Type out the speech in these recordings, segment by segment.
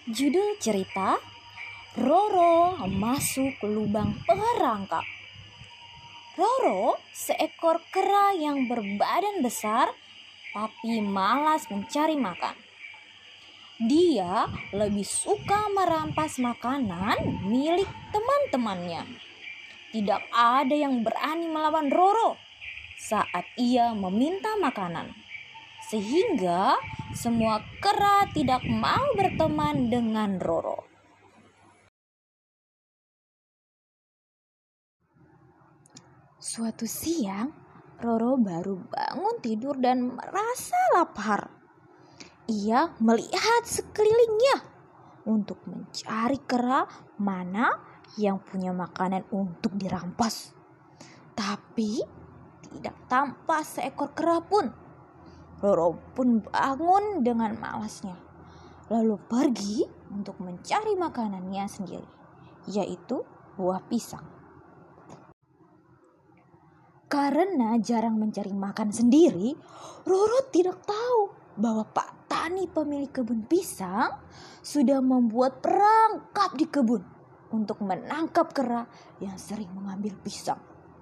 Judul cerita, Roro masuk ke lubang perangkap. Roro seekor kera yang berbadan besar tapi malas mencari makan. Dia lebih suka merampas makanan milik teman-temannya. Tidak ada yang berani melawan Roro saat ia meminta makanan. Sehingga semua kera tidak mau berteman dengan Roro. Suatu siang, Roro baru bangun tidur dan merasa lapar. Ia melihat sekelilingnya untuk mencari kera mana yang punya makanan untuk dirampas. Tapi tidak tampak seekor kera pun. Roro pun bangun dengan malasnya, lalu pergi untuk mencari makanannya sendiri, yaitu buah pisang. Karena jarang mencari makan sendiri, Roro tidak tahu bahwa Pak Tani pemilik kebun pisang sudah membuat perangkap di kebun untuk menangkap kera yang sering mengambil pisang.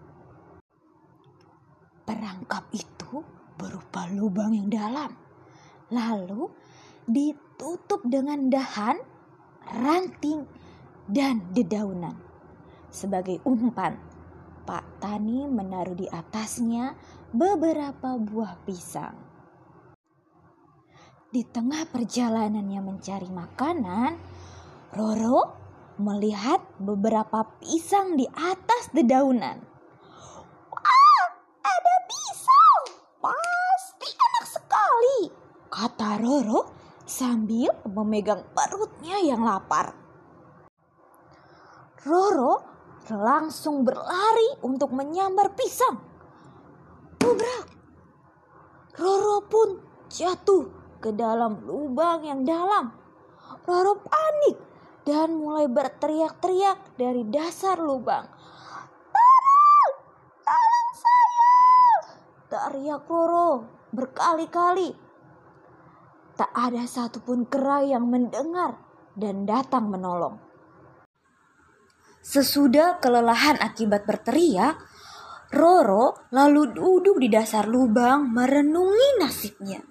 Perangkap itu berupa lubang yang dalam, lalu ditutup dengan dahan, ranting, dan dedaunan. Sebagai umpan, Pak Tani menaruh di atasnya beberapa buah pisang. Di tengah perjalanannya mencari makanan, Roro melihat beberapa pisang di atas dedaunan. "Wah, ada pisang! Pasti enak sekali," kata Roro sambil memegang perutnya yang lapar. Roro langsung berlari untuk menyambar pisang. Bubrak! Roro pun jatuh ke dalam lubang yang dalam. Roro panik dan mulai berteriak-teriak dari dasar lubang. "Tolong! Tolong saya!" teriak Roro berkali-kali. Tak ada satupun kera yang mendengar dan datang menolong. Sesudah kelelahan akibat berteriak, Roro lalu duduk di dasar lubang merenungi nasibnya.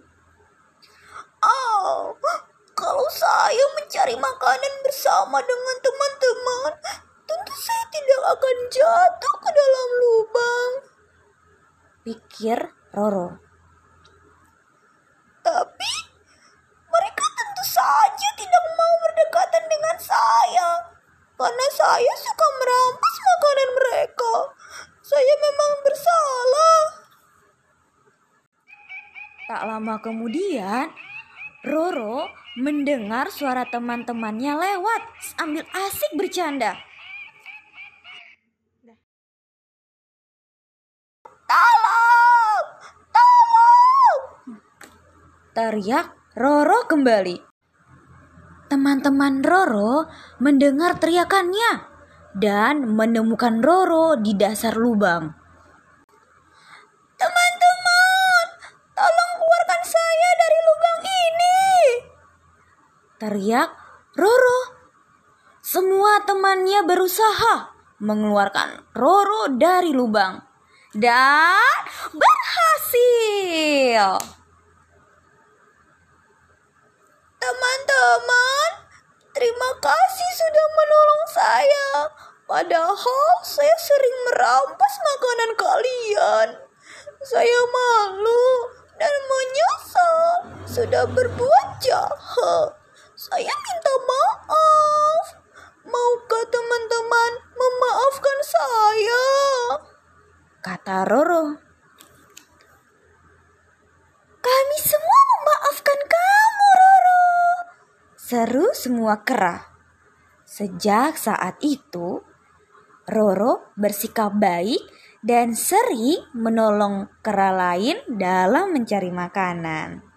"Oh, kalau saya mencari makanan bersama dengan teman-teman, tentu saya tidak akan jatuh ke dalam lubang," pikir Roro. "Tapi mereka tentu saja tidak mau berdekatan dengan saya, karena saya suka merampas makanan mereka. Saya memang bersalah." Tak lama kemudian, Roro mendengar suara teman-temannya lewat sambil asik bercanda. "Tolong! Tolong!" teriak Roro kembali. Teman-teman Roro mendengar teriakannya dan menemukan Roro di dasar lubang. "Teman-teman, tolong keluarkan saya dari lubang ini!" teriak Roro. Semua temannya berusaha mengeluarkan Roro dari lubang dan berhasil. "Teman-teman, terima kasih sudah menolong saya. Padahal saya sering merampas makanan kalian. Saya malu dan menyesal sudah berbuat jahat. Saya minta maaf. Maukah teman-teman memaafkan saya?" kata Roro. "Kami semua memaafkan kamu, Roro," seru semua kera. Sejak saat itu, Roro bersikap baik dan sering menolong kera lain dalam mencari makanan.